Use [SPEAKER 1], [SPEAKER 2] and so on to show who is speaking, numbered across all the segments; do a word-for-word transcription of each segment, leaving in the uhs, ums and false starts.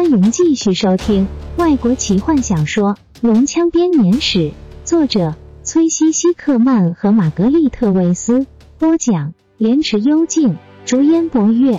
[SPEAKER 1] 欢迎继续收听外国奇幻小说《龙枪编年史》，作者崔西西克曼和玛格丽特维斯，播讲莲池幽静，竹烟博月。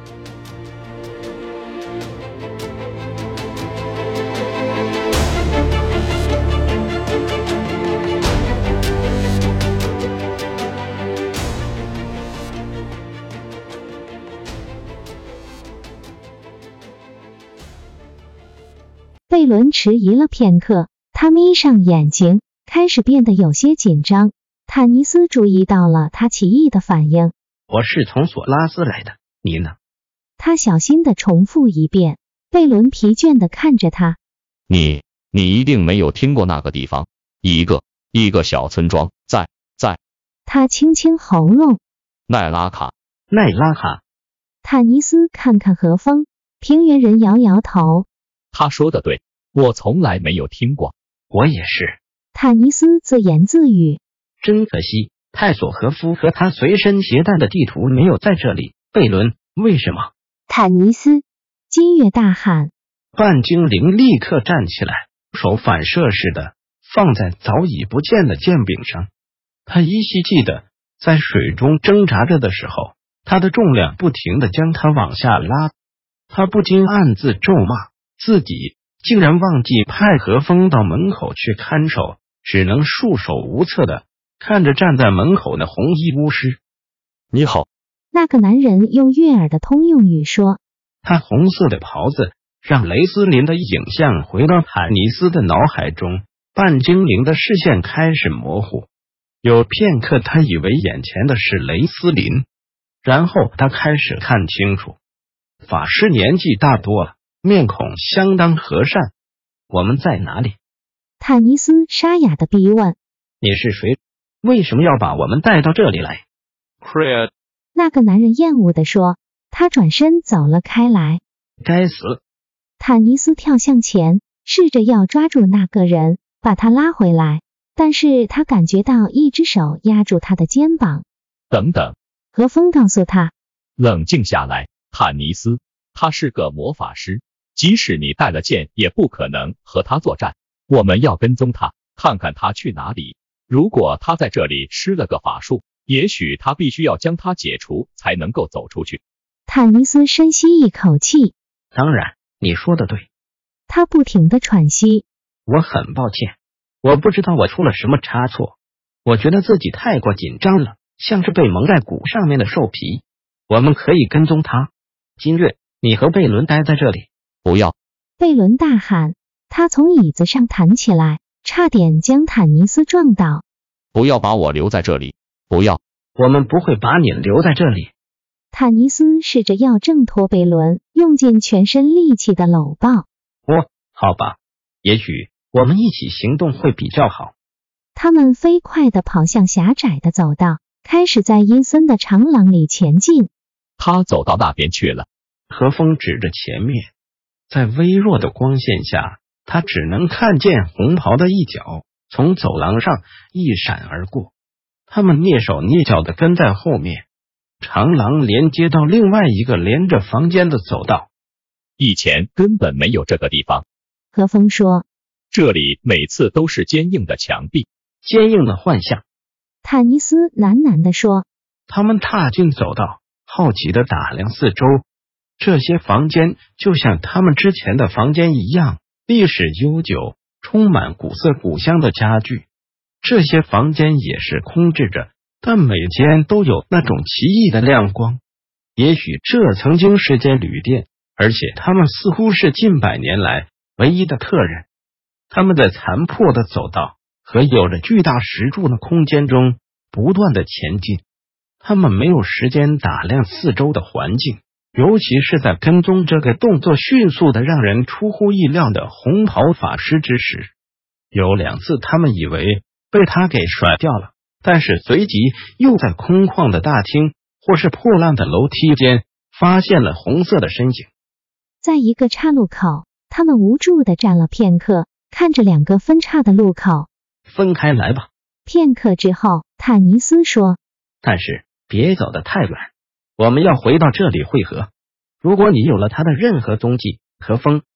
[SPEAKER 1] 贝伦迟疑了片刻，他眯上眼睛，开始变得有些紧张。坦尼斯注意到了他奇异的反应。
[SPEAKER 2] 我是从索拉斯来的，你呢？
[SPEAKER 1] 他小心地重复一遍。贝伦疲倦地看着他。
[SPEAKER 3] 你，你一定没有听过那个地方，一个一个小村庄，在在。
[SPEAKER 1] 他清清喉咙。
[SPEAKER 3] 奈拉卡。
[SPEAKER 2] 奈拉卡。
[SPEAKER 1] 坦尼斯看看何风，平原人摇摇头。
[SPEAKER 3] 他说的对，我从来没有听过。
[SPEAKER 2] 我也是。
[SPEAKER 1] 坦尼斯自言自语。
[SPEAKER 2] 真可惜，泰索和夫和他随身携带的地图没有在这里。贝伦，为什么？
[SPEAKER 1] 坦尼斯，金月大喊。
[SPEAKER 2] 半精灵立刻站起来，手反射似的放在早已不见的剑柄上。他依稀记得，在水中挣扎着的时候，他的重量不停地将他往下拉。他不禁暗自咒骂，自己竟然忘记派何风到门口去看守，只能束手无策的看着站在门口的红衣巫师。
[SPEAKER 3] 你好。
[SPEAKER 1] 那个男人用悦耳的通用语说。
[SPEAKER 2] 他红色的袍子让雷斯林的影像回到坦尼斯的脑海中，半精灵的视线开始模糊。有片刻他以为眼前的是雷斯林，然后他开始看清楚，法师年纪大多了，面孔相当和善。我们在哪里？
[SPEAKER 1] 坦尼斯沙哑的逼问。
[SPEAKER 2] 你是谁？为什么要把我们带到这里来？
[SPEAKER 3] Crea。
[SPEAKER 1] 那个男人厌恶地说。他转身走了开来。
[SPEAKER 2] 该死！
[SPEAKER 1] 坦尼斯跳向前，试着要抓住那个人，把他拉回来，但是他感觉到一只手压住他的肩膀。
[SPEAKER 3] 等等。
[SPEAKER 1] 何风告诉他。
[SPEAKER 3] 冷静下来，坦尼斯，他是个魔法师，即使你带了剑也不可能和他作战。我们要跟踪他，看看他去哪里。如果他在这里施了个法术，也许他必须要将他解除才能够走出去。
[SPEAKER 1] 坦尼斯深吸一口气。
[SPEAKER 2] 当然，你说的对。
[SPEAKER 1] 他不停地喘息。
[SPEAKER 2] 我很抱歉，我不知道我出了什么差错。我觉得自己太过紧张了，像是被蒙在鼓上面的兽皮。我们可以跟踪他。金月，你和贝伦待在这里。
[SPEAKER 3] 不要！
[SPEAKER 1] 贝伦大喊。他从椅子上弹起来，差点将坦尼斯撞倒。
[SPEAKER 3] 不要把我留在这里！不要！
[SPEAKER 2] 我们不会把你留在这里。
[SPEAKER 1] 坦尼斯试着要挣脱贝伦，用尽全身力气的搂抱。
[SPEAKER 2] 哦，好吧，也许我们一起行动会比较好。
[SPEAKER 1] 他们飞快地跑向狭窄的走道，开始在阴森的长廊里前进。
[SPEAKER 3] 他走到那边去了。
[SPEAKER 2] 何风指着前面，在微弱的光线下，他只能看见红袍的一角从走廊上一闪而过。他们蹑手蹑脚地跟在后面。长廊连接到另外一个连着房间的走道。
[SPEAKER 3] 以前根本没有这个地方。
[SPEAKER 1] 何风说。
[SPEAKER 3] 这里每次都是坚硬的墙壁。
[SPEAKER 2] 坚硬的幻象。
[SPEAKER 1] 坦尼斯喃喃地说。
[SPEAKER 2] 他们踏进走道，好奇地打量四周。这些房间就像他们之前的房间一样，历史悠久，充满古色古香的家具。这些房间也是空置着，但每间都有那种奇异的亮光。也许这曾经是间旅店，而且他们似乎是近百年来唯一的客人。他们在残破的走道和有着巨大石柱的空间中不断的前进。他们没有时间打量四周的环境，尤其是在跟踪这个动作迅速的让人出乎意料的红袍法师之时。有两次他们以为被他给甩掉了，但是随即又在空旷的大厅或是破烂的楼梯间发现了红色的身影。
[SPEAKER 1] 在一个岔路口，他们无助地站了片刻，看着两个分岔的路口。
[SPEAKER 2] 分开来吧。
[SPEAKER 1] 片刻之后，坦尼斯说。
[SPEAKER 2] 但是别走得太远，我们要回到这里会合。如果你有了他的任何踪迹，何风，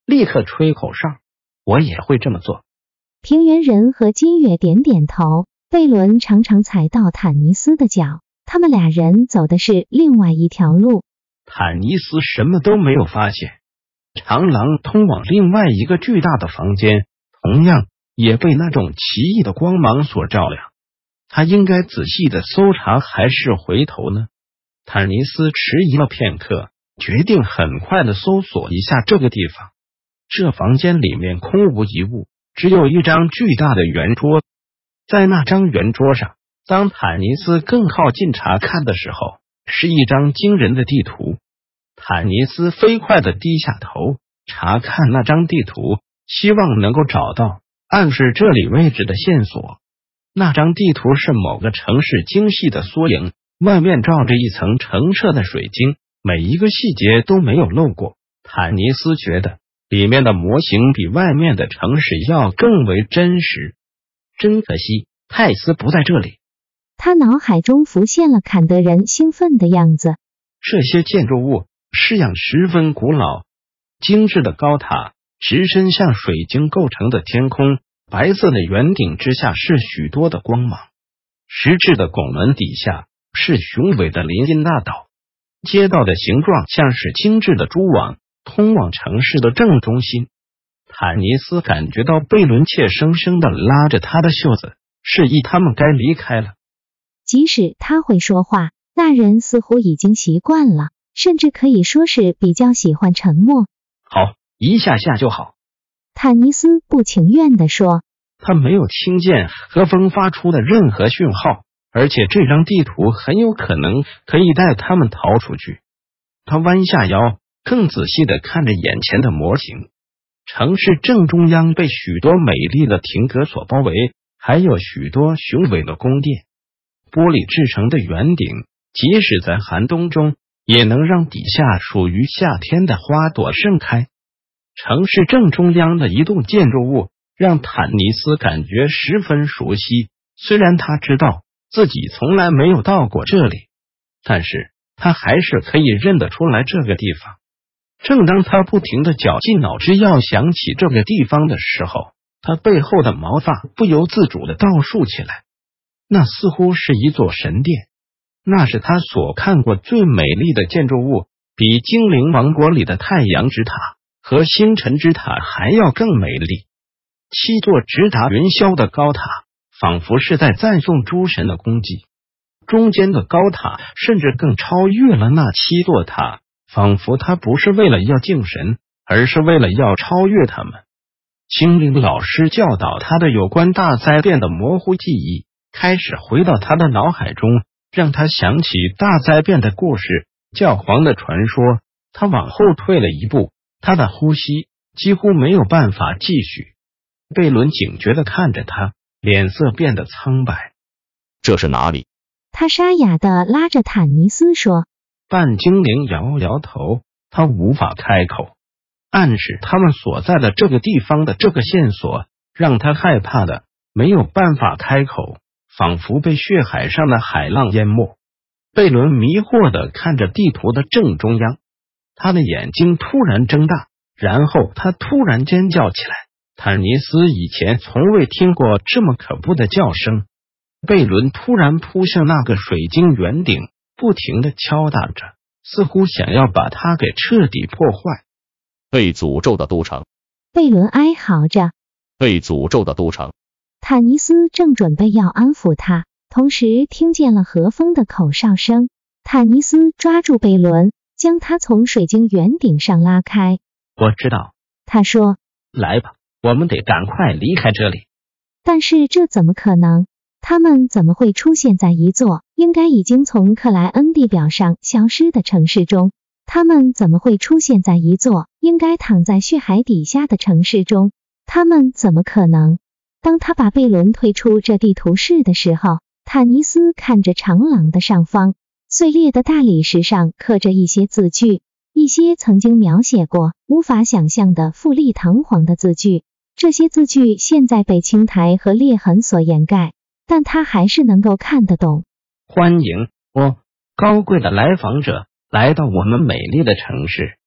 [SPEAKER 2] 立刻吹口哨。我也会这么做。
[SPEAKER 1] 平原人和金月点点头，贝伦常常踩到坦尼斯的脚，他们俩人走的是另外一条路。
[SPEAKER 2] 坦尼斯什么都没有发现，长廊通往另外一个巨大的房间，同样也被那种奇异的光芒所照亮。他应该仔细的搜查还是回头呢？坦尼斯迟疑了片刻，决定很快的搜索一下这个地方。这房间里面空无一物，只有一张巨大的圆桌。在那张圆桌上，当坦尼斯更靠近查看的时候，是一张惊人的地图。坦尼斯飞快的低下头，查看那张地图，希望能够找到暗示这里位置的线索。那张地图是某个城市精细的缩影，外面罩着一层澄澈的水晶，每一个细节都没有漏过。坦尼斯觉得里面的模型比外面的城市要更为真实。真可惜，泰斯不在这里。
[SPEAKER 1] 他脑海中浮现了坎德人兴奋的样子。
[SPEAKER 2] 这些建筑物式样十分古老，精致的高塔直伸向水晶构成的天空，白色的圆顶之下是许多的光芒，石质的拱门底下是雄伟的林荫大道，街道的形状像是精致的蛛网，通往城市的正中心。坦尼斯感觉到贝伦怯生生地拉着他的袖子，示意他们该离开了。
[SPEAKER 1] 即使他会说话，那人似乎已经习惯了，甚至可以说是比较喜欢沉默。
[SPEAKER 2] 好，一下下就好。
[SPEAKER 1] 坦尼斯不情愿地说。
[SPEAKER 2] 他没有听见和风发出的任何讯号，而且这张地图很有可能可以带他们逃出去。他弯下腰，更仔细地看着眼前的模型。城市正中央被许多美丽的亭阁所包围，还有许多雄伟的宫殿。玻璃制成的圆顶，即使在寒冬中，也能让底下属于夏天的花朵盛开。城市正中央的一栋建筑物让坦尼斯感觉十分熟悉，虽然他知道自己从来没有到过这里，但是他还是可以认得出来这个地方。正当他不停地绞尽脑汁要想起这个地方的时候，他背后的毛发不由自主地倒竖起来。那似乎是一座神殿，那是他所看过最美丽的建筑物，比精灵王国里的太阳之塔和星辰之塔还要更美丽。七座直达云霄的高塔，仿佛是在赞颂诸神的功绩。中间的高塔甚至更超越了那七座塔，仿佛他不是为了要敬神，而是为了要超越他们。精灵老师教导他的有关大灾变的模糊记忆开始回到他的脑海中，让他想起大灾变的故事，教皇的传说。他往后退了一步，他的呼吸几乎没有办法继续。贝伦警觉地看着他，脸色变得苍白。
[SPEAKER 3] 这是哪里？
[SPEAKER 1] 他沙哑地拉着坦尼斯说。
[SPEAKER 2] 半精灵摇摇头，他无法开口。暗示他们所在的这个地方的这个线索让他害怕的没有办法开口，仿佛被血海上的海浪淹没。贝伦迷惑地看着地图的正中央，他的眼睛突然睁大，然后他突然尖叫起来。坦尼斯以前从未听过这么可怖的叫声。贝伦突然扑向那个水晶圆顶，不停地敲打着，似乎想要把它给彻底破坏。
[SPEAKER 3] 被诅咒的都城，
[SPEAKER 1] 贝伦哀嚎着。
[SPEAKER 3] 被诅咒的都城。
[SPEAKER 1] 坦尼斯正准备要安抚他，同时听见了和风的口哨声。坦尼斯抓住贝伦，将他从水晶圆顶上拉开。
[SPEAKER 2] 我知道，
[SPEAKER 1] 他说。
[SPEAKER 2] 来吧，我们得赶快离开这里。
[SPEAKER 1] 但是这怎么可能？他们怎么会出现在一座应该已经从克莱恩地表上消失的城市中？他们怎么会出现在一座应该躺在血海底下的城市中？他们怎么可能？当他把贝伦推出这地图室的时候，坦尼斯看着长廊的上方，碎裂的大理石上刻着一些字句，一些曾经描写过无法想象的富丽堂皇的字句。这些字句现在被青苔和裂痕所掩盖，但他还是能够看得懂。
[SPEAKER 2] 欢迎哦，高贵的来访者，来到我们美丽的城市。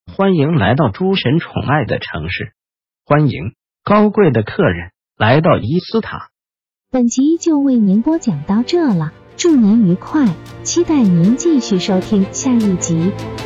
[SPEAKER 2] 欢迎来到诸神宠爱的城市，欢迎高贵的客人来到伊斯塔。
[SPEAKER 1] 本集就为您播讲到这了，祝您愉快，期待您继续收听下一集。